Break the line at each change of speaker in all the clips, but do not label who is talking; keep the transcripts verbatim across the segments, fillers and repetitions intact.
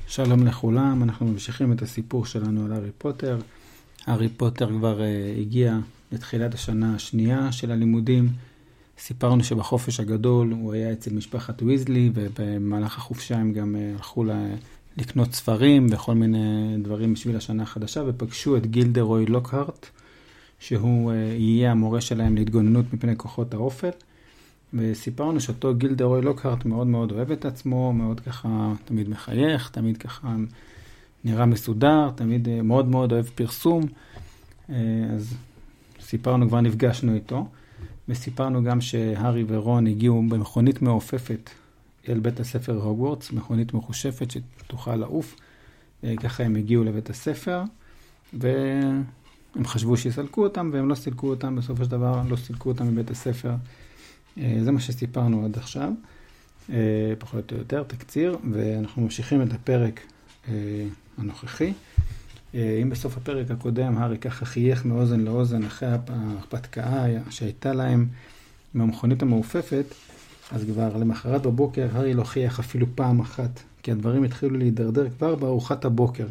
שלום לכולם, אנחנו ממשיכים את הסיפור שלנו על הארי פוטר. הארי פוטר כבר uh, הגיע לתחילת השנה השנייה של הלימודים. סיפרנו שבחופש הגדול הוא היה אצל משפחת ויזלי, ובמהלך החופשה הם גם uh, הלכו לה, לקנות ספרים וכל מיני דברים בשביל השנה החדשה, ופגשו את גילדרוי לוקהרט, שהוא uh, יהיה המורה שלהם להתגוננות מפני כוחות האופל. וסיפרנו שאותו גילדרוי לוקהרט מאוד מאוד אוהב את עצמו, מאוד ככה תמיד מחייך, תמיד ככה נראה מסודר, תמיד מאוד מאוד אוהב פרסום. אז סיפרנו, כבר נפגשנו איתו, וסיפרנו גם שהרי ורון הגיעו במכונית מעופפת אל בית הספר הוגוורטס, מכונית מחושפת שתוכל לעוף. ככה הם הגיעו לבית הספר, והם חשבו שיסלקו אותם, והם לא סילקו אותם, בסופו של דבר לא סילקו אותם מבית הספר. זה מה שסיפרנו עד עכשיו, פחות או יותר, תקציר, ואנחנו ממשיכים את הפרק הנוכחי. אם בסוף הפרק הקודם הארי ככה חייך מאוזן לאוזן אחרי ההרפתקה שהייתה להם עם המכונית המעופפת, אז כבר למחרת בבוקר הארי לא חייך אפילו פעם אחת, כי הדברים התחילו להידרדר כבר בארוחת הבוקר.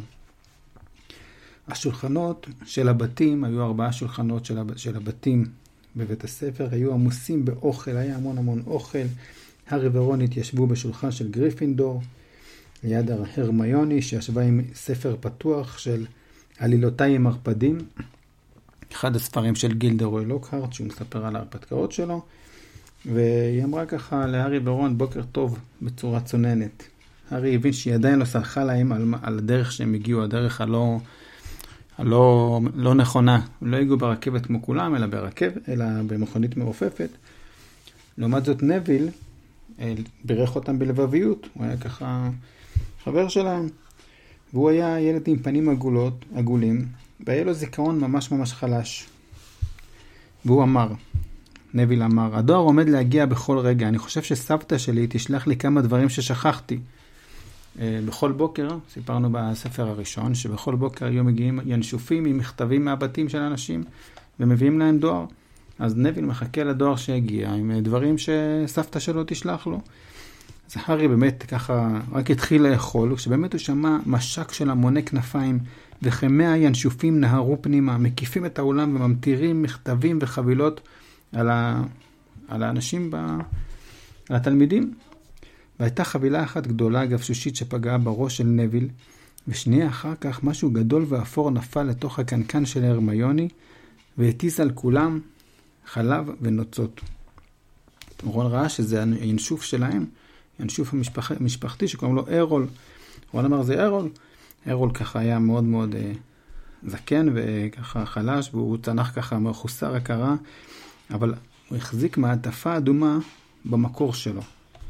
השולחנות של הבתים, היו ארבעה שולחנות של, הב... של הבתים בבית הספר, היו עמוסים באוכל, היה המון המון אוכל. הארי ורון התיישבו בשולחן של גריפינדור, ליד הרמיוני שישבה עם ספר פתוח של עלילותיי עם ערפדים, אחד הספרים של גילדרוי לוקהרט, שהוא מספר על ההרפתקאות שלו, והיא אמרה ככה להארי ורון, בוקר טוב, בצורה צוננת. הארי הבין שהיא עדיין לא סלחה להם על, על הדרך שהם הגיעו, הדרך הלא... לא, לא נכונה, לא הגיעו ברכבת כמו כולם, אלא ברכבת, אלא במכונית מעופפת. לעומת זאת נביל בירך אותם בלבביות, הוא היה ככה חבר שלהם, והוא היה ילד עם פנים עגולות, עגולים, והיה לו זיכרון ממש ממש חלש. והוא אמר, נביל אמר, הדואר עומד להגיע בכל רגע, אני חושב שסבתא שלי תשלח לי כמה דברים ששכחתי. בכל בוקר, סיפרנו בספר הראשון, שבכל בוקר היו מגיעים ינשופים עם מכתבים מהבתים של אנשים, ומביאים להם דואר. אז נביל מחכה לדואר שהגיע, עם דברים שסבתא שלו תשלח לו. אז הארי באמת ככה רק התחיל לאכול, כשבאמת הוא שמע משק של המוני כנפיים, וכמאה ינשופים נהרו פנימה, מקיפים את האולם וממטירים מכתבים וחבילות על, ה... על האנשים, ב... על התלמידים. והייתה חבילה אחת גדולה גבשושית שפגעה בראש של נביל, ושנייה אחר כך משהו גדול ואפור נפל לתוך הקנקן של הרמיוני, והטיס על כולם חלב ונוצות. רון ראה שזה הינשוף שלהם, ינשוף המשפח... המשפחתי שקוראים לו ארול. רון אמר זה ארול. ארול ככה היה מאוד מאוד אה, זקן וככה חלש, והוא צנח ככה מחוסר הכרה, אבל הוא החזיק מעטפה אדומה במקור שלו.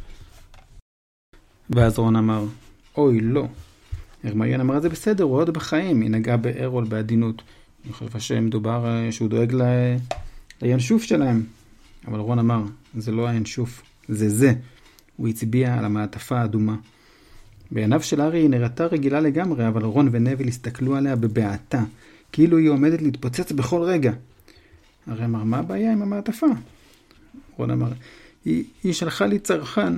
ואז רון אמר, אוי לא. הרמיון אמר, זה בסדר, הוא עוד בחיים. היא נגעה בארול בעדינות. אני חושב שמדובר שהוא דואג ל... לינשוף שלהם. אבל רון אמר, זה לא הינשוף, זה זה. הוא הצביע על המעטפה האדומה. בעיניו של הארי היא נראתה רגילה לגמרי, אבל רון ונביל הסתכלו עליה בבעתה, כאילו היא עומדת להתפוצץ בכל רגע. הרי אמר, מה הבעיה עם המעטפה? רון אמר, היא, היא שלחה לי צרכן.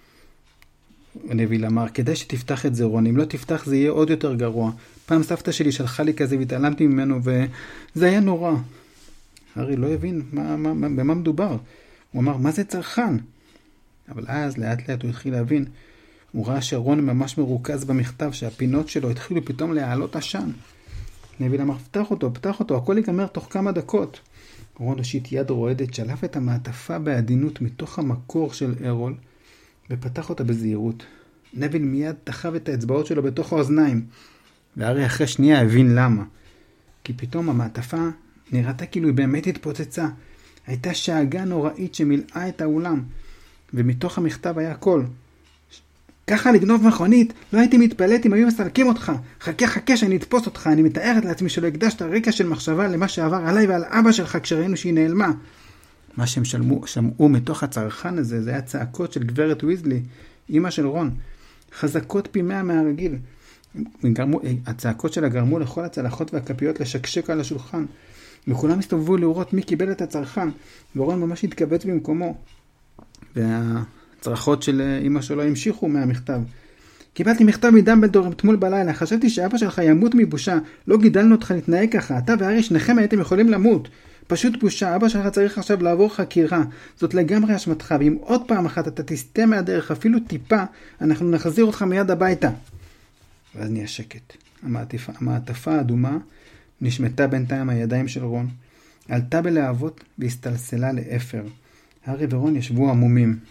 נביל אמר, כדאי שתפתח את זה רון, אם לא תפתח זה יהיה עוד יותר גרוע. פעם סבתא שלי שלחה לי כזה והתעלמתי ממנו וזה היה נורא. הארי לא הבין מה, מה, מה, במה מדובר. הוא אמר, מה זה צרכן? אבל אז לאט לאט הוא התחיל להבין. הוא ראה שרון ממש מרוכז במכתב, שהפינות שלו התחילו פתאום להעלות עשן. נביל אמר, פתח אותו, פתח אותו, הכל ייגמר תוך כמה דקות. רון הושיט יד רועדת, שלף את המעטפה בעדינות מתוך המקור של ארול, ופתח אותה בזהירות. נביל מיד תחב את האצבעות שלו בתוך האוזניים, והארי אחרי שנייה הבין למה. כי פתאום המעטפה נראתה כאילו היא באמת התפוצצה. הייתה שאגה נוראית שמילאה את האולם, ומתוך המכתב היה קול. ככה לגנוב מכונית, לא הייתי מתפלט אם היו מסלקים אותך. חכה חכה שאני אתפוס אותך, אני מתארת לעצמי שלא הקדשת רקע של מחשבה למה שעבר עליי ועל אבא שלך כשראינו שהיא נעלמה. מה שהם שמעו, שמעו מתוך הצרכן הזה, זה היה צעקות של גברת ויזלי, אמא של רון, חזקות פי מאה מהרגיל. גרמו, הצעקות שלה גרמו לכל הצלחות והכפיות לשקשק על השולחן, וכולם הסתובבו לראות מי קיבל את הצרכן, ורון ממש התכווץ במקומו. והצרחות של אמא שלו המשיכו מהמכתב, קיבלתי מכתב מדמבלדור אתמול בלילה, חשבתי שאבא שלך ימות מבושה, לא גידלנו אותך להתנהג ככה, אתה והארי שניכם הייתם יכולים למות. פשוט בושה, אבא שלך צריך עכשיו לעבור חקירה, זאת לגמרי אשמתך, ואם עוד פעם אחת אתה תסתה מהדרך, אפילו טיפה, אנחנו נחזיר אותך מיד הביתה. ואז נהיה שקט. המעטפה, המעטפה האדומה נשמטה בינתיים מהידיים של רון, עלתה בלהבות והסתלסלה לאפר. הארי ורון ישבו עמומים.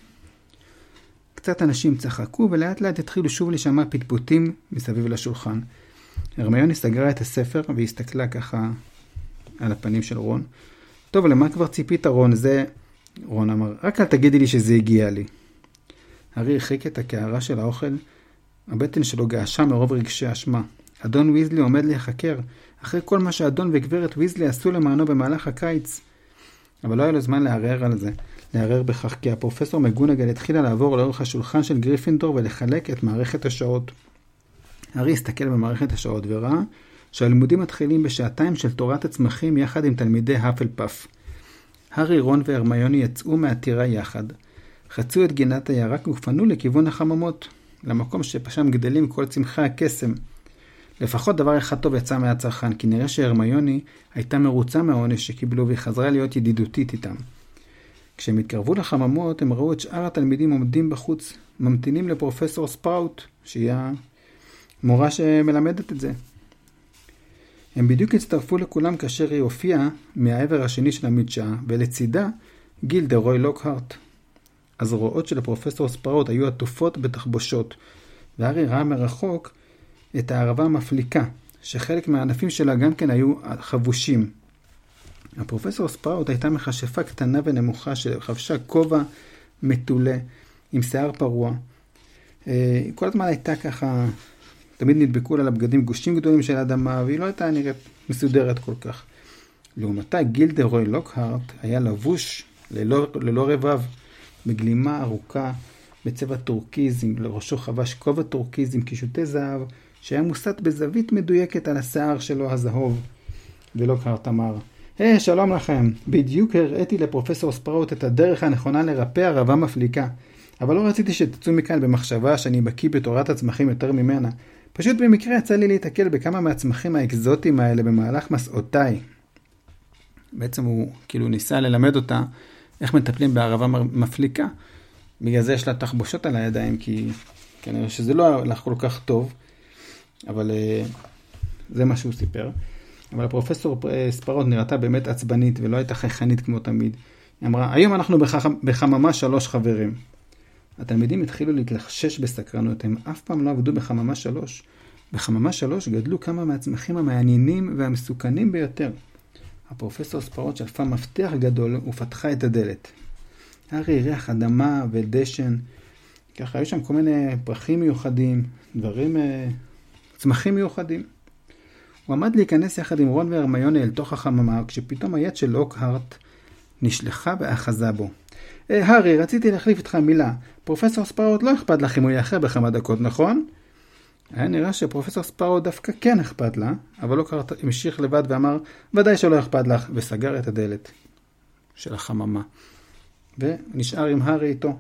קצת אנשים צחקו ולאט לאט התחילו שוב לשמע פטפוטים מסביב לשולחן. הרמיוני סגרה את הספר והסתכלה ככה על הפנים של רון. טוב, למה כבר ציפית רון? זה... רון אמר, רק אל תגידי לי שזה הגיע לי. הארי הרחיק את הקערה של האוכל, הבטן שלו געשה מרוב רגשי אשמה. אדון ויזלי עומד להיחקר, אחרי כל מה שאדון וגברת ויזלי עשו למענו במהלך הקיץ. אבל לא היה לו זמן לערער על זה, לערער בכך, כי הפרופסור מגונגל התחילה לעבור לאורך השולחן של גריפינדור ולחלק את מערכת השעות. הארי הסתכל במערכת השעות וראה שהלימודים מתחילים בשעתיים של תורת הצמחים יחד עם תלמידי האפלפף. הארי, רון והרמיוני יצאו מהטירה יחד, חצו את גינת הירק ופנו לכיוון החממות, למקום שפשם גדלים כל צמחי הקסם. לפחות דבר אחד טוב יצא מהצרכן, כי נראה שהרמיוני הייתה מרוצה מהעונש שקיבלו והיא חזרה להיות ידידותית איתם. כשהם התקרבו לחממות, הם ראו את שאר התלמידים עומדים בחוץ, ממתינים לפרופסור ספראוט, שהיא המורה שמלמדת את זה. הם בדיוק הצטרפו לכולם כאשר היא הופיעה מהעבר השני של המדשאה, ולצידה גילדרוי לוקהרט. הזרועות של הפרופסור ספראוט היו עטופות בתחבושות, והארי ראה מרחוק את הערבה המפליקה, שחלק מהענפים שלה גם כן היו חבושים. הפרופסור ספראוט הייתה מכשפה קטנה ונמוכה שחבשה כובע מטולה עם שיער פרוע. כל הזמן הייתה ככה, תמיד נדבקו לה לבגדים גושים גדולים של אדמה, והיא לא הייתה נראית מסודרת כל כך. לעומתה גילדרוי לוקהרט היה לבוש ללא, ללא רבב, בגלימה ארוכה בצבע טורקיז, לראשו חבש כובע טורקיז עם קישוטי זהב, שהיה מוסט בזווית מדויקת על השיער שלו הזהוב. ולוקהרט אמר, היי, hey, שלום לכם. בדיוק הראיתי לפרופסור ספראוט את הדרך הנכונה לרפא ערבה מפליקה. אבל לא רציתי שתצאו מכאן במחשבה שאני בקיא בתורת הצמחים יותר ממנה. פשוט במקרה יצא לי להתקל בכמה מהצמחים האקזוטיים האלה במהלך מסעותיי. בעצם הוא כאילו ניסה ללמד אותה איך מטפלים בערבה מפליקה. בגלל זה יש לה תחבושות על הידיים, כי כנראה שזה לא הלך כל כך טוב. אבל זה מה שהוא סיפר. אבל הפרופסור ספראוט נראתה באמת עצבנית ולא הייתה חייכנית כמו תמיד. היא אמרה, היום אנחנו בחממה שלוש חברים. התלמידים התחילו להתלחשש בסקרנות, הם אף פעם לא עבדו בחממה שלוש. בחממה שלוש גדלו כמה מהצמחים המעניינים והמסוכנים ביותר. הפרופסור ספראוט שלפה מפתח גדול ופתחה את הדלת. הארי ריח אדמה ודשן, ככה היו שם כל מיני פרחים מיוחדים, דברים, צמחים מיוחדים. הוא עמד להיכנס יחד עם רון והרמיוני אל תוך החממה, כשפתאום היד של לוקהרט נשלחה ואחזה בו. הארי, רציתי להחליף איתך מילה. פרופסור ספראוט לא אכפת לך אם הוא יאחר בכמה דקות, נכון? היה נראה שפרופסור ספראוט דווקא כן אכפת לה, אבל לוקהרט המשיך לבד ואמר, ודאי שלא אכפת לך, וסגר את הדלת של החממה. ונשאר עם הארי איתו.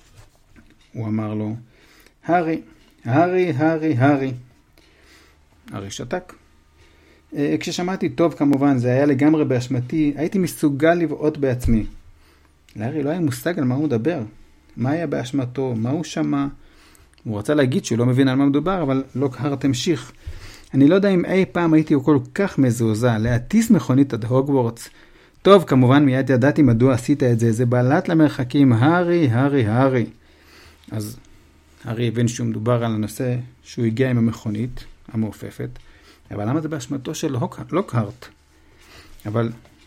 הוא אמר לו, הארי, הארי, הארי, הארי. הארי שתק. כששמעתי טוב כמובן, זה היה לגמרי באשמתי, הייתי מסוגל לבעוט בעצמי. לארי לא היה מושג על מה הוא מדבר. מה היה באשמתו? מה הוא שמע? הוא רצה להגיד שהוא לא מבין על מה מדובר, אבל לוקהרט המשיך. אני לא יודע אם אי פעם הייתי כל כך מזועזע להטיס מכונית עד הוגוורטס. טוב, כמובן מיד ידעתי מדוע עשית את זה. זה בעלת למרחקים, הארי, הארי, הארי. אז הארי הבין שהוא מדובר על הנושא שהוא הגיע עם המכונית המעופפת. אבל למה זה באשמתו של לוקהרט? אבל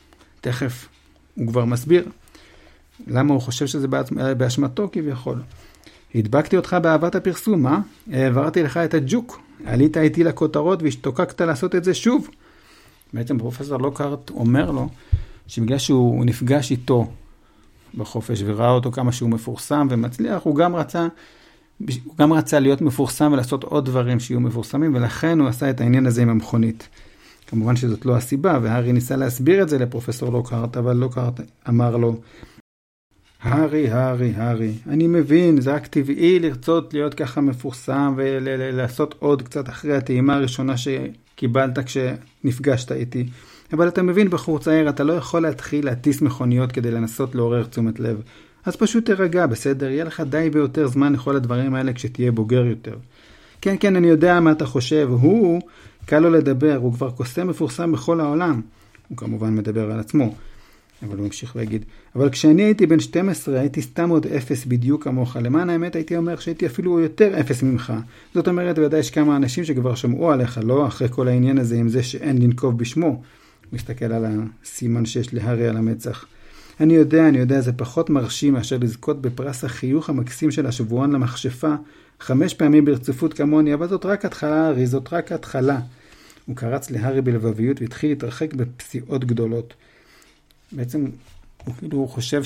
תכף הוא כבר מסביר למה הוא חושב שזה באשמתו כביכול. הדבקתי אותך באהבת הפרסום, מה? העברתי לך את הג'וק. עלית איתי לכותרות והשתוקקת לעשות את זה שוב. בעצם פרופסור לוקהרט אומר לו שבגלל שהוא נפגש איתו בחופש וראה אותו כמה שהוא מפורסם ומצליח, הוא גם רצה הוא גם רצה להיות מפורסם ולעשות עוד דברים שיהיו מפורסמים, ולכן הוא עשה את העניין הזה עם המכונית. כמובן שזאת לא הסיבה, והארי ניסה להסביר את זה לפרופסור לוקהרט, אבל לוקהרט אמר לו, הארי, הארי, הארי, אני מבין, זה רק טבעי לרצות להיות ככה מפורסם ולעשות עוד קצת אחרי הטעימה הראשונה שקיבלת כשנפגשת איתי. אבל אתה מבין, בחור צעיר, אתה לא יכול להתחיל להטיס מכוניות כדי לנסות לעורר תשומת לב. אז פשוט תרגע, בסדר? יהיה לך די ביותר זמן לכל הדברים האלה כשתהיה בוגר יותר. כן, כן, אני יודע מה אתה חושב. הוא, קל לו לדבר, הוא כבר קוסם מפורסם בכל העולם. הוא כמובן מדבר על עצמו. אבל הוא המשיך להגיד, אבל כשאני הייתי בן שתים עשרה, הייתי סתם עוד אפס בדיוק כמוך. למען האמת, הייתי אומר שהייתי אפילו יותר אפס ממך. זאת אומרת, ודאי יש כמה אנשים שכבר שמעו עליך, לא? אחרי כל העניין הזה עם זה שאין לנקוב בשמו. הוא מסתכל על הסימן שיש להרי על המצח. אני יודע, אני יודע, זה פחות מרשים מאשר לזכות בפרס החיוך המקסים של השבועון למכשפה, חמש פעמים ברציפות כמוני, אבל זאת רק התחלה, הרי זאת רק התחלה. הוא קרץ להרי בלבביות והתחיל להתרחק בפסיעות גדולות. בעצם הוא, כאילו, הוא חושב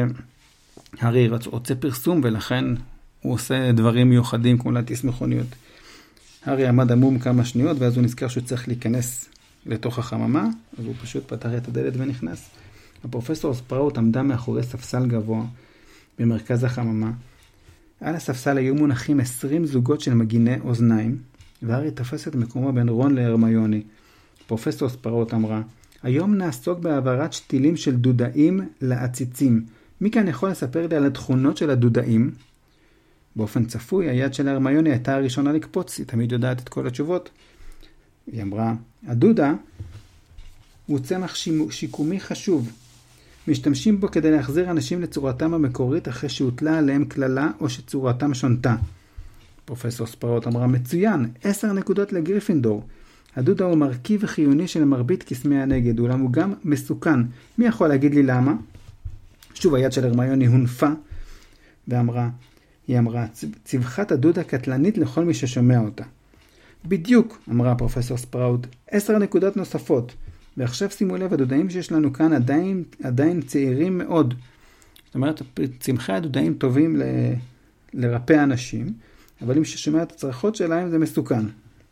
שהרי רוצה פרסום ולכן הוא עושה דברים מיוחדים כמו להטיס מכוניות. הרי עמד עמום כמה שניות ואז הוא נזכר שהוא צריך להיכנס לתוך החממה, אז הוא פשוט פתח את הדלת ונכנס. הפרופסור ספראוט עמדה מאחורי ספסל גבוה במרכז החממה. על הספסל היו מונחים עשרים זוגות של מגיני אוזניים, והרי תפס את מקומו בין רון להרמיוני. פרופסור ספראוט אמרה, היום נעסוק בהעברת שתילים של דודאים לעציצים. מי כאן יכול לספר לי על התכונות של הדודאים? באופן צפוי, היד של הרמיוני הייתה הראשונה לקפוץ, היא תמיד יודעת את כל התשובות. היא אמרה, הדודה הוא צמח שיקומי חשוב. משתמשים בו כדי להחזיר אנשים לצורתם המקורית אחרי שהוטלה עליהם כללה או שצורתם שונתה. פרופסור ספראוט אמרה, מצוין, עשר נקודות לגריפינדור. הדודה הוא מרכיב חיוני של מרבית קסמי הנגד, אולם הוא גם מסוכן. מי יכול להגיד לי למה? שוב היד של הרמיוני הונפה ואמרה, היא אמרה, צווחת הדודה קטלנית לכל מי ששומע אותה. בדיוק, אמרה פרופסור ספראוט, עשר נקודות נוספות. ועכשיו שימו לב, הדודאים שיש לנו כאן עדיין, עדיין צעירים מאוד. זאת אומרת, צמחי הדודאים טובים ל, לרפא אנשים, אבל אם ששומע את הצרחות שלהם זה מסוכן.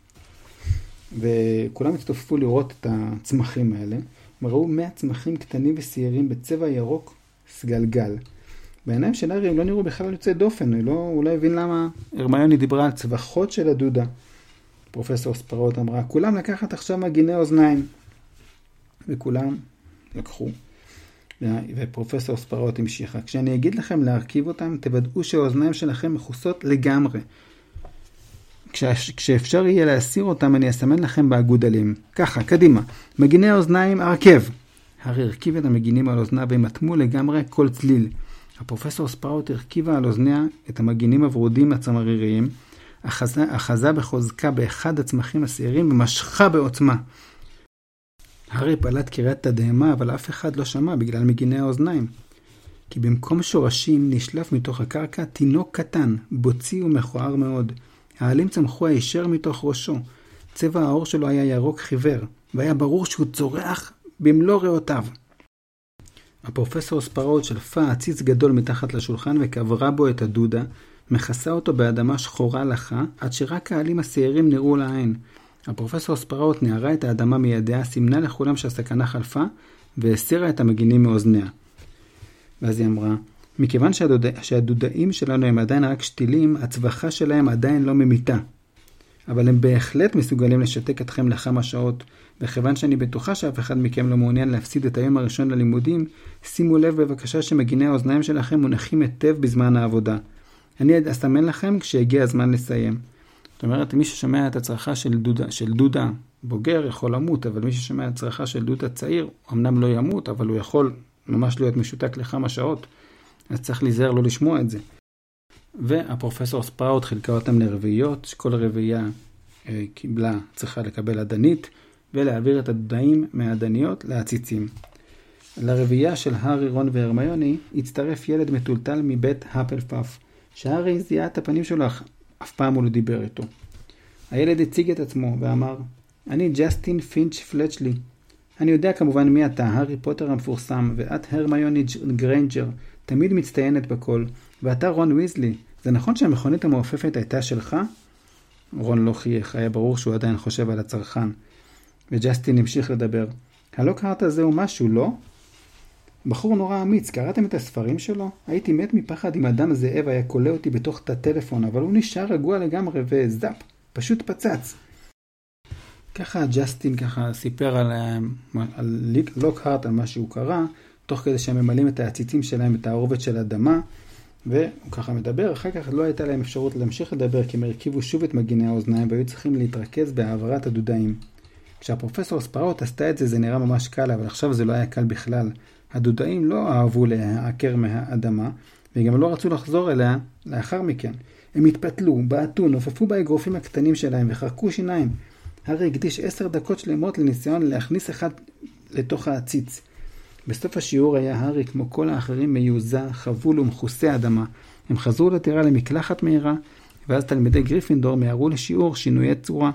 וכולם הצטופפו לראות את הצמחים האלה. הם ראו מאה צמחים קטנים וסעירים בצבע ירוק סגלגל. בעיניים של הארי הם לא נראו בכלל יוצא דופן. הוא לא, הוא לא הבין למה הרמיוני דיברה על צווחות של הדודה. פרופסור ספראוט אמרה, כולם לקחת עכשיו מגיני אוזניים. וכולם לקחו. ופרופסור ספראוט המשיכה. כשאני אגיד לכם להרכיב אותם, תוודאו שהאוזניים שלכם מכוסות לגמרי. כש, כשאפשר יהיה להסיר אותם, אני אסמן לכם באגודלים. ככה, קדימה. מגיני האוזניים, הרכב. הארי הרכיב את המגינים על אוזניו והם אטמו לגמרי כל צליל. הפרופסור ספראוט הרכיבה על אוזניה את המגינים הוורודים הצמריריים, אחזה, אחזה בחוזקה באחד הצמחים השעירים ומשכה בעוצמה. הארי פלט קריאת תדהמה, אבל אף אחד לא שמע בגלל מגיני האוזניים. כי במקום שורשים נשלף מתוך הקרקע תינוק קטן, בוצי ומכוער מאוד. העלים צמחו הישר מתוך ראשו. צבע העור שלו היה ירוק חיוור, והיה ברור שהוא צורח במלוא ריאותיו. הפרופסור ספראוט שלפה עציץ גדול מתחת לשולחן וקברה בו את הדודה, מכסה אותו באדמה שחורה לחה, עד שרק העלים השעירים נראו לעין. הפרופסור ספראוט נערה את האדמה מידיה, סימנה לכולם שהסכנה חלפה, והסירה את המגינים מאוזניה. ואז היא אמרה, מכיוון שהדודה, שהדודאים שלנו הם עדיין רק שתילים, הצווחה שלהם עדיין לא ממיתה. אבל הם בהחלט מסוגלים לשתק אתכם לכמה שעות, וכיוון שאני בטוחה שאף אחד מכם לא מעוניין להפסיד את היום הראשון ללימודים, שימו לב בבקשה שמגיני האוזניים שלכם מונחים היטב בזמן העבודה. אני אסמן לכם כשהגיע הזמן לסיים. זאת אומרת, מי ששומע את הצרחה של דודה, של דודה בוגר יכול למות, אבל מי ששומע את הצרחה של דודה צעיר, אמנם לא ימות, אבל הוא יכול ממש להיות משותק לכמה שעות, אז צריך להיזהר לא לשמוע את זה. והפרופסור ספראוט חילקה אותם לרביעיות, שכל רביעייה אה, קיבלה, צריכה לקבל עדנית, ולהעביר את הדודאים מהעדניות לעציצים. לרביעייה של הארי, רון והרמיוני הצטרף ילד מטולטל מבית הפלפאף, שהארי זיהה את הפנים שלו, אף פעם הוא לא דיבר איתו. הילד הציג את עצמו ואמר, אני ג'סטין פינץ' פלצ'לי. אני יודע כמובן מי אתה, הארי פוטר המפורסם, ואת הרמיוני גריינג'ר, תמיד מצטיינת בכל, ואתה רון ויזלי. זה נכון שהמכונית המעופפת הייתה שלך? רון לא חייך, היה ברור שהוא עדיין חושב על הצרכן. וג'סטין המשיך לדבר. הלא קארט הזה הוא משהו, לא? בחור נורא אמיץ, קראתם את הספרים שלו? הייתי מת מפחד אם אדם זאב היה קולה אותי בתוך תא טלפון, אבל הוא נשאר רגוע לגמרי וזאפ, פשוט פצץ. ככה ג'סטין ככה סיפר על, על לוקהרט, על מה שהוא קרא, תוך כדי שהם ממלאים את העציצים שלהם, את העורבת של האדמה, והוא ככה מדבר. אחר כך לא הייתה להם אפשרות להמשיך לדבר, כי הם הרכיבו שוב את מגיני האוזניים, והיו צריכים להתרכז בהעברת הדודאים. כשהפרופסור ספרות עשתה את זה, זה נראה ממש קל, אבל עכשיו זה לא היה קל בכלל. הדודאים לא אהבו להעקר מהאדמה, וגם לא רצו לחזור אליה לאחר מכן. הם התפתלו, בעטו, נופפו באגרופים הקטנים שלהם וחרקו שיניים. הרי הקדיש עשר דקות שלמות לניסיון להכניס אחד לתוך העציץ. בסוף השיעור היה הארי כמו כל האחרים מיוזע, חבול ומחוסה אדמה. הם חזרו לטירה למקלחת מהירה, ואז תלמידי גריפינדור מיהרו לשיעור שינויי צורה.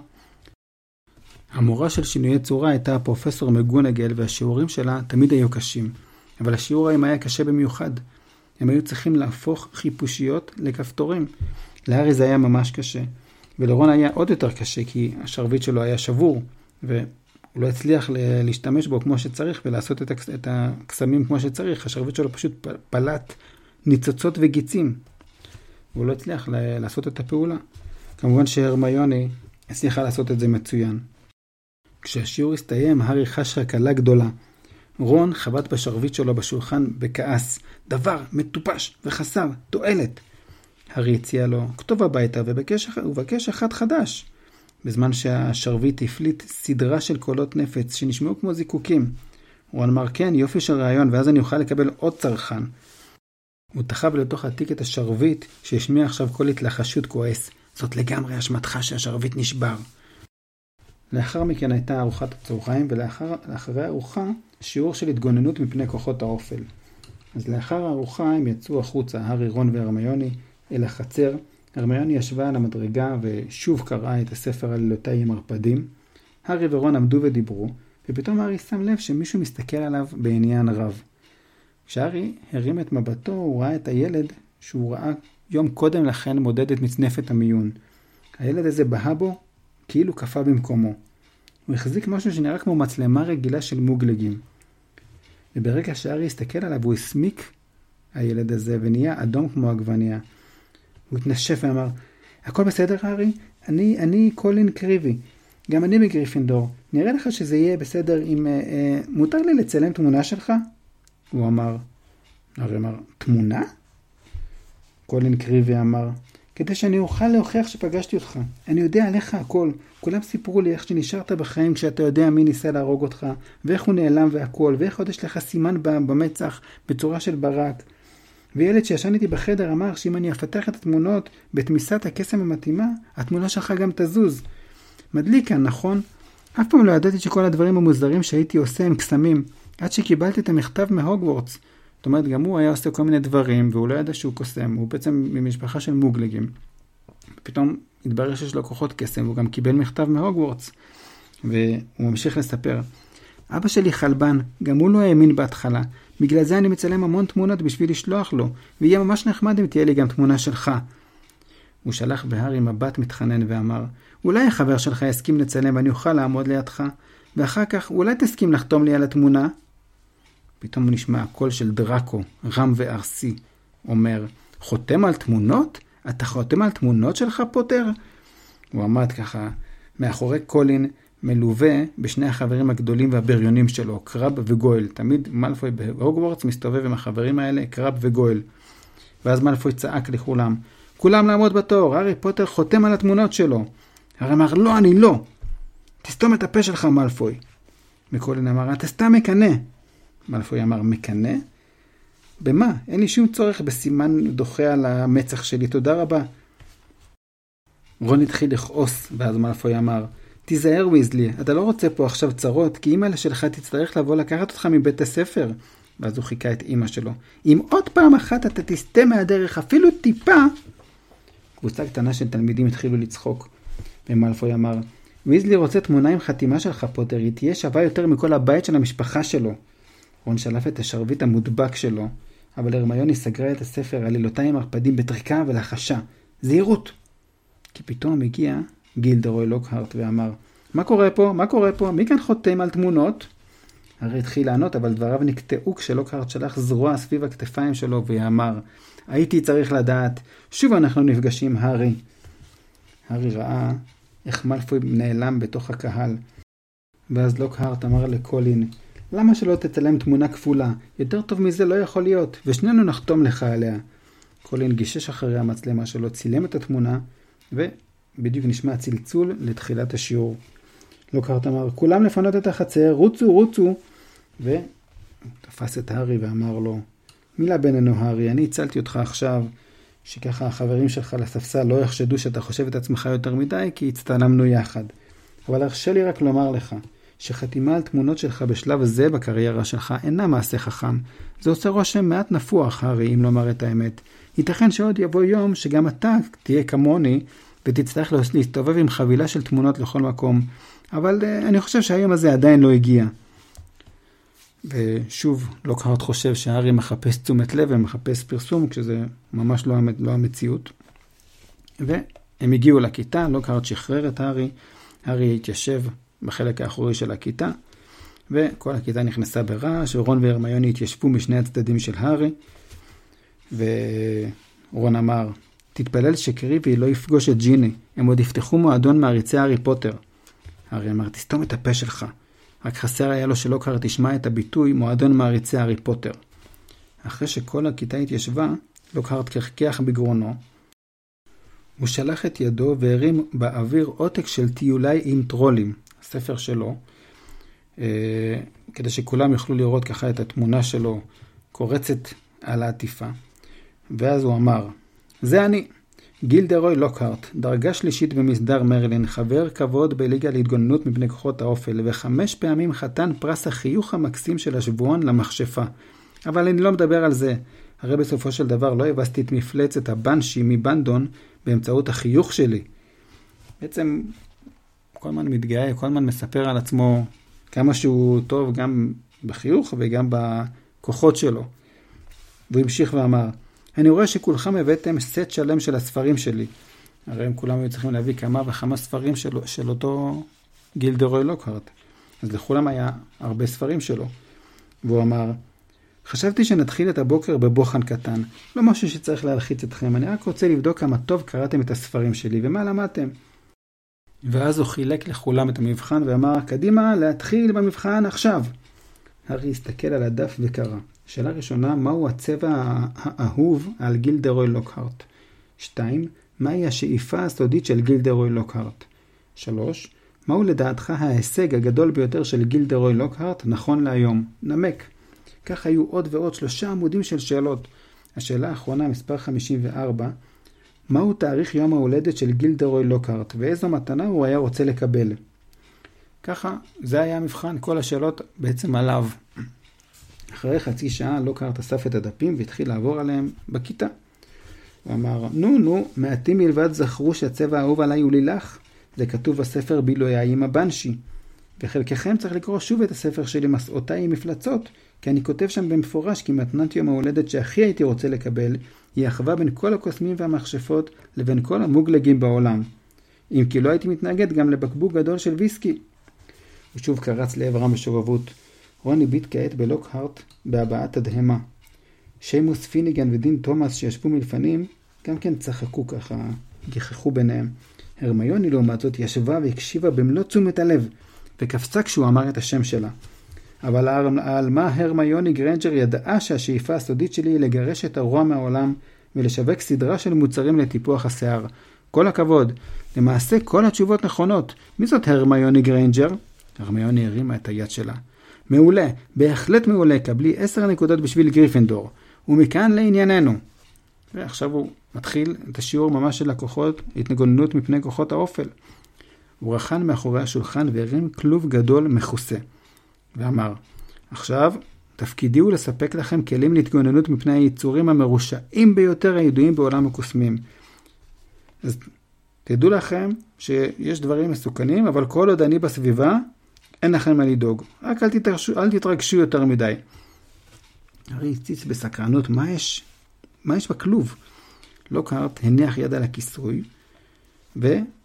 המורה של שינויי צורה הייתה הפרופסור מגונגל, והשיעורים שלה תמיד היו קשים. אבל השיעור היום היה קשה במיוחד. הם היו צריכים להפוך חיפושיות לכפתורים. להארי זה היה ממש קשה. ולרון היה עוד יותר קשה, כי השרביט שלו היה שבור, והוא לא הצליח להשתמש בו כמו שצריך, ולעשות את הקסמים כמו שצריך. השרביט שלו פשוט פלט ניצוצות וגיצים. והוא לא הצליח לעשות את הפעולה. כמובן שהרמיוני הצליחה לעשות את זה מצוין. כשהשיעור הסתיים, הארי חש הקלה גדולה. רון חבט בשרביט שלו בשולחן בכעס. דבר מטופש וחסר תועלת. הארי הציע לו, כתוב הביתה ובקש אחד חדש. בזמן שהשרביט הפליט סדרה של קולות נפץ שנשמעו כמו זיקוקים. רון אמר, כן, יופי של רעיון, ואז אני אוכל לקבל עוד צרכן. הוא תחב לתוך התיק את השרביט שהשמיע עכשיו קול התלחשות כועס. זאת לגמרי אשמתך שהשרביט נשבר. לאחר מכן הייתה ארוחת הצהריים, ולאחרי הארוחה שיעור של התגוננות מפני כוחות האופל. אז לאחר הארוחה הם יצאו החוצה, הארי, רון והרמיוני, אל החצר. הרמיוני ישבה על המדרגה ושוב קראה את הספר עלילותיי עם ערפדים. הארי ורון עמדו ודיברו, ופתאום הארי שם לב שמישהו מסתכל עליו בעניין רב. כשהארי הרים את מבטו, הוא ראה את הילד שהוא ראה יום קודם לכן מודד את מצנפת המיון. הילד הזה בהה בו כאילו קפה במקומו. הוא החזיק משהו שנראה כמו מצלמה רגילה של מוגלגים. וברגע שהארי הסתכל עליו, הוא הסמיק הילד הזה ונהיה אדום כמו עגבנייה. הוא התנשף ואמר, הכל בסדר הארי? אני, אני קולין קריבי. גם אני בגריפינדור. נראה לך שזה יהיה בסדר אם... אה, אה, מותר לי לצלם תמונה שלך? הוא אמר, הארי אמר, תמונה? קולין קריבי אמר, כדי שאני אוכל להוכיח שפגשתי אותך. אני יודע עליך הכל. כולם סיפרו לי איך שנשארת בחיים כשאתה יודע מי ניסה להרוג אותך, ואיך הוא נעלם והכל, ואיך עוד יש לך סימן במצח בצורה של ברק. וילד שישן איתי בחדר אמר שאם אני אפתח את התמונות בתמיסת הקסם המתאימה, התמונה שלך גם תזוז. מדליק כאן, נכון? אף פעם לא ידעתי שכל הדברים המוזרים שהייתי עושה הם קסמים, עד שקיבלתי את המכתב מהוגוורטס. זאת אומרת, גם הוא היה עושה כל מיני דברים, והוא לא ידע שהוא קוסם, הוא בעצם ממשפחה של מוגלגים. פתאום התברר שיש לו כוחות קסם, והוא גם קיבל מכתב מהוגוורטס. והוא ממשיך לספר, אבא שלי חלבן, גם הוא לא האמין בהתחלה. בגלל זה אני מצלם המון תמונות בשביל לשלוח לו, ויהיה ממש נחמד אם תהיה לי גם תמונה שלך. הוא שלח בהארי מבט מתחנן ואמר, אולי החבר שלך יסכים לצלם ואני אוכל לעמוד לידך, ואחר כך אולי תסכים לחתום לי על התמונה? פתאום נשמע הקול של דרקו, רם וארסי, אומר, חותם על תמונות? אתה חותם על תמונות שלך, פוטר? הוא עמד ככה מאחורי קולין, מלווה בשני החברים הגדולים והבריונים שלו, קרב וגויל. תמיד מאלפוי בהוגוורטס מסתובב עם החברים האלה, קרב וגויל. ואז מאלפוי צעק לכולם, כולם לעמוד בתור, הארי פוטר חותם על התמונות שלו. הארי אמר, לא, אני לא. תסתום את הפה שלך, מאלפוי. וקולין אמר, אתה סתם מקנה. מאלפוי אמר, מקנה? במה? אין לי שום צורך בסימן דוחה על המצח שלי, תודה רבה. רון התחיל לכעוס, ואז מאלפוי אמר, תיזהר ויזלי, אתה לא רוצה פה עכשיו צרות, כי אמא שלך תצטרך לבוא לקחת אותך מבית הספר. ואז הוא חיכה את אמא שלו. אם עוד פעם אחת אתה תסתה מהדרך, אפילו טיפה. קבוצה קטנה של תלמידים התחילו לצחוק. ומאלפוי אמר, ויזלי רוצה תמונה עם חתימה שלך, פוטר, היא תהיה שווה יותר מכל הבית של המשפחה שלו. רון שלף את השרביט המודבק שלו, אבל הרמיוני סגרה את הספר עלילותיי עם ערפדים בטריקה ולחשה. זהירות! כי פתאום הגיע גילדרוי לוקהרט ואמר, מה קורה פה? מה קורה פה? מי כאן חותם על תמונות? הארי התחיל לענות, אבל דבריו נקטעו כשלוקהרט שלח זרוע סביב הכתפיים שלו ואמר, הייתי צריך לדעת, שוב אנחנו נפגשים, הארי. הארי ראה איך מאלפוי נעלם בתוך הקהל. ואז לוקהרט אמר לקולין, למה שלא תצלם תמונה כפולה? יותר טוב מזה לא יכול להיות, ושנינו נחתום לך עליה. קולין גישש אחרי המצלמה שלו, צילם את התמונה, ובדיוק נשמע צלצול לתחילת השיעור. לוקהרט אמר, כולם לפנות את החצר, רוצו, רוצו. ותפס את הארי ואמר לו, מילה בינינו הארי, אני הצלתי אותך עכשיו, שככה החברים שלך לספסל לא יחשדו שאתה חושב את עצמך יותר מדי, כי הצטלמנו יחד. אבל הרשה לי רק לומר לך, שחתימה על תמונות שלך בשלב זה בקריירה שלך אינה מעשה חכם. זה עושה רושם מעט נפוח, הארי, אם לומר את האמת. ייתכן שעוד יבוא יום שגם אתה תהיה כמוני, ותצטרך להסתובב עם חבילה של תמונות לכל מקום. אבל uh, אני חושב שהיום הזה עדיין לא הגיע. ושוב, לוקהרט חושב שהארי מחפש תשומת לב ומחפש פרסום, כשזה ממש לא, לא המציאות. והם הגיעו לכיתה, לוקהרט שחרר את הארי, הארי התיישב בחלק האחורי של הכיתה, וכל הכיתה נכנסה ברעש, ורון והרמיוני התיישבו משני הצדדים של הארי, ורון אמר, תתפלל שקריבי לא יפגוש את ג'יני, הם עוד יפתחו מועדון מעריצי הארי פוטר. הארי אמר, תסתום את הפה שלך. רק חסר היה לו שלוקהרט תשמע את הביטוי מועדון מעריצי הארי פוטר. אחרי שכל הכיתה התיישבה, לוקהרט קרקח בגרונו. הוא שלח את ידו והרים באוויר עותק של טיולי עם טרולים, הספר שלו, אה, כדי שכולם יוכלו לראות ככה את התמונה שלו קורצת על העטיפה. ואז הוא אמר, זה אני, גילדרוי לוקהרט, דרגה שלישית במסדר מרלין, חבר כבוד בליגה להתגוננות מפני כוחות האופל, וחמש פעמים חתן פרס החיוך המקסים של השבועון למכשפה. אבל אני לא מדבר על זה. הרי בסופו של דבר לא הבסתי את מפלצת הבנשי מבנדון באמצעות החיוך שלי. בעצם כל הזמן מתגאה, כל הזמן מספר על עצמו כמה שהוא טוב גם בחיוך וגם בכוחות שלו. והוא המשיך ואמר, אני רואה שכולכם הבאתם סט שלם של הספרים שלי. הרי הם כולם היו צריכים להביא כמה וכמה ספרים של, של אותו גילדרוי לוקהרט. אז לכולם היה הרבה ספרים שלו. והוא אמר, חשבתי שנתחיל את הבוקר בבוחן קטן. לא משהו שצריך להלחיץ אתכם. אני רק רוצה לבדוק כמה טוב קראתם את הספרים שלי ומה למדתם. ואז הוא חילק לכולם את המבחן ואמר, קדימה, להתחיל במבחן עכשיו. הארי הסתכל על הדף וקרא. שאלה ראשונה, מהו הצבע האהוב על גילדרוי לוקהרט? שתיים, מהי השאיפה הסודית של גילדרוי לוקהרט? שלוש, מהו לדעתך ההישג הגדול ביותר של גילדרוי לוקהרט נכון להיום? נמק. כך היו עוד ועוד שלושה עמודים של שאלות. השאלה האחרונה, מספר חמישים וארבע, מהו תאריך יום ההולדת של גילדרוי לוקהרט, ואיזו מתנה הוא היה רוצה לקבל? ככה, זה היה המבחן, כל השאלות בעצם עליו. אחרי חצי שעה לוקהרט אסף את הדפים והתחיל לעבור עליהם בכיתה. הוא אמר, נו נו, מעטים מלבד זכרו שהצבע האהוב עליי הוא לילך. זה כתוב בספר בילויי עם הבנשי. וחלקכם צריך לקרוא שוב את הספר שלי מסעותיי עם מפלצות, כי אני כותב שם במפורש כי מתנת יום ההולדת שהכי הייתי רוצה לקבל, היא אחווה בין כל הקוסמים והמכשפות לבין כל המוגלגים בעולם. אם כי לא הייתי מתנגד גם לבקבוק גדול של ויסקי. הוא שוב קרץ לעברם בשובבות. רון הביט כעת בלוקהרט בהבעת תדהמה. שיימוס פיניגן ודין תומאס שישבו מלפנים גם כן צחקו ככה, גיחכו ביניהם. הרמיוני לעומת זאת ישבה והקשיבה במלוא תשומת הלב, וקפצה כשהוא אמר את השם שלה. אבל על מה הרמיוני גרנג'ר ידעה שהשאיפה הסודית שלי היא לגרש את הרוע מהעולם ולשווק סדרה של מוצרים לטיפוח השיער. כל הכבוד. למעשה כל התשובות נכונות. מי זאת הרמיוני גרנג'ר? הרמיוני הרימה את היד שלה. מעולה, בהחלט מעולה, קבלי עשר נקודות בשביל גריפינדור. ומכאן לענייננו. ועכשיו הוא מתחיל את השיעור ממש של הכוחות, התגוננות מפני כוחות האופל. הוא רחן מאחורי השולחן והרים כלוב גדול מכוסה. ואמר, עכשיו תפקידי הוא לספק לכם כלים להתגוננות מפני היצורים המרושעים ביותר הידועים בעולם הקוסמים. אז תדעו לכם שיש דברים מסוכנים, אבל כל עוד אני בסביבה, אין לכם מה לדאוג. רק אל תתרגשו, אל תתרגשו יותר מדי. הרי הציץ בסקרנות, מה יש? מה יש בכלוב? לוקהרט הניח יד על הכיסוי,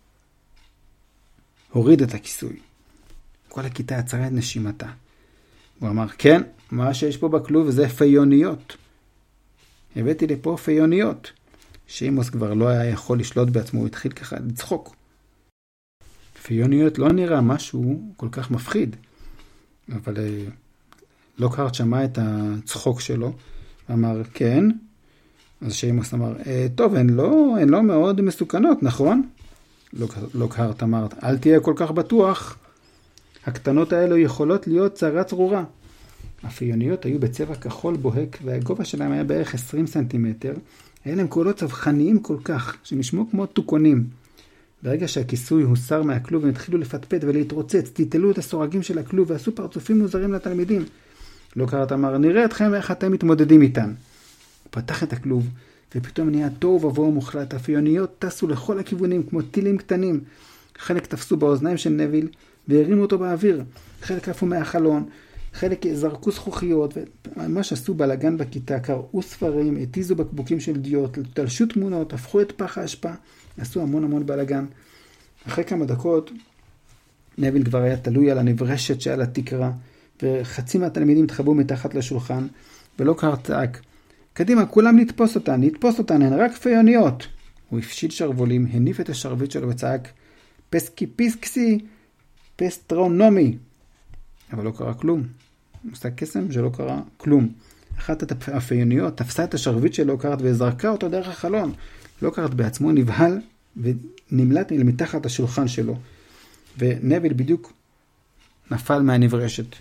והוריד את הכיסוי. כל הכיתה עצרה את נשימתה. הוא אמר, כן, מה שיש פה בכלוב זה פיוניות. הבאתי לפה פיוניות. שיימוס כבר לא היה יכול לשלוט בעצמו, הוא התחיל ככה לצחוק. פיוניות לא נראה משהו כל כך מפחיד, אבל לוקהרט שמע את הצחוק שלו, ואמר, כן. אז שיימוס אמר, טוב, הן לא, הן לא מאוד מסוכנות, נכון? לוקהרט אמר, אל תהיה כל כך בטוח. הקטנות האלו יכולות להיות צרה צרורה. הפיוניות היו בצבע כחול בוהק, והגובה שלהם היה בערך עשרים סנטימטר. היה להם קולות צווחניים כל כך, שנשמעו כמו תוקונים. ברגע שהכיסוי הוסר מהכלוב, הם התחילו לפטפט ולהתרוצץ, טיטלו את הסורגים של הכלוב, ועשו פרצופים מוזרים לתלמידים. לוקהרט אמר, נראה אתכם איך אתם מתמודדים איתן. הוא פתח את הכלוב, ופתאום נהיה טוב ובוא מוחלט. הפיוניות טסו לכל הכיוונים כמו טילים קטנים. חלק תפסו באוזניים של נביל, והרימו אותו באוויר. חלק עפו מהחלון, חלק זרקו זכוכיות, וממש עשו בלגן בכיתה, קראו ספרים, התיזו בקבוקים של דיוט, תלשו תמונות, הפכו את פח האשפה, עשו המון המון בלגן. אחרי כמה דקות, נביל כבר היה תלוי על הנברשת שעל התקרה, וחצי מהתלמידים התחבאו מתחת לשולחן, ולוקהרט צעק, קדימה, כולם נתפוס אותן, נתפוס אותן, הן רק פיוניות. הוא הפשיל שרבולים, הניף את השרביט שלו וצעק, פסקי פיסקסי, פסטרונומי. אבל לא קרה כלום. מושג קסם שלא קרה כלום. אחת הפיוניות תפסה את השרביט של לוקהרט וזרקה אותו דרך החלון. לוקהרט בעצמו נבהל ונמלט אל מתחת השולחן שלו. ונביל בדיוק נפל מהנברשת.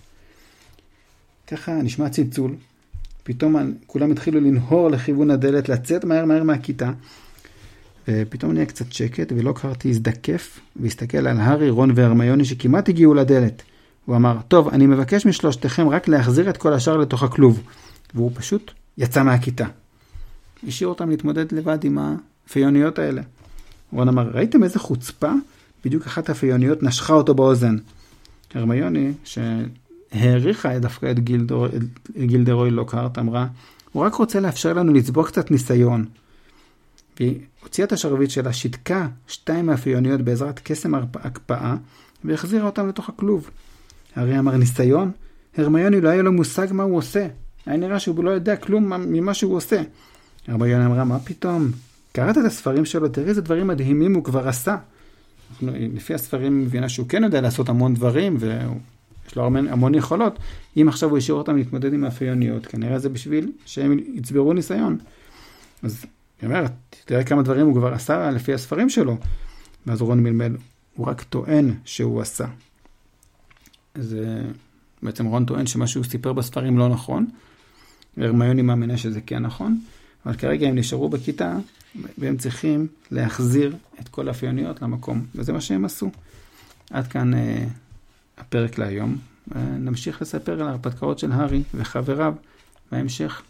ככה נשמע צלצול. פתאום כולם התחילו לנהור לכיוון הדלת, לצאת מהר מהר מהכיתה. ופתאום נהיה קצת שקט, ולוקהרט הזדקף והסתכל על הארי, רון והרמיוני שכמעט הגיעו לדלת. הוא אמר, טוב, אני מבקש משלושתכם רק להחזיר את כל השאר לתוך הכלוב. והוא פשוט יצא מהכיתה. השאיר אותם להתמודד לבד עם הפיוניות האלה. רון אמר, ראיתם איזה חוצפה? בדיוק אחת הפיוניות נשכה אותו באוזן. הרמיוני, שהעריכה דווקא את גילדור, גילדרוי לוקהרט, אמרה, הוא רק רוצה לאפשר לנו לצבור קצת ניסיון. והיא הוציאה את השרביט שלה, שיתקה שתיים מהפיוניות בעזרת קסם הקפאה, והחזירה אותם לתוך הכלוב. הארי אמר, ניסיון? הרמיוני לא היה לו מושג מה הוא עושה. היה נראה שהוא לא יודע כלום ממה שהוא עושה. הרמיוני אמרה, מה פתאום? קראת את הספרים שלו, תראי איזה דברים מדהימים הוא כבר עשה. אנחנו, לפי הספרים מבינה שהוא כן יודע לעשות המון דברים, ויש לו המון, המון יכולות. אם עכשיו הוא השאיר אותם להתמודד עם הפיוניות, כנראה זה בשביל שהם יצברו ניסיון. אז היא אומרת, תראה כמה דברים הוא כבר עשה לפי הספרים שלו. ואז רון מלמל, הוא רק טוען שהוא עשה. אז בעצם רון טוען שמה שהוא סיפר בספרים לא נכון, והרמיוני מאמינה שזה כן נכון, אבל כרגע הם נשארו בכיתה, והם צריכים להחזיר את כל הפיוניות למקום, וזה מה שהם עשו. עד כאן אה, הפרק להיום. נמשיך לספר על ההרפתקאות של הארי וחבריו בהמשך.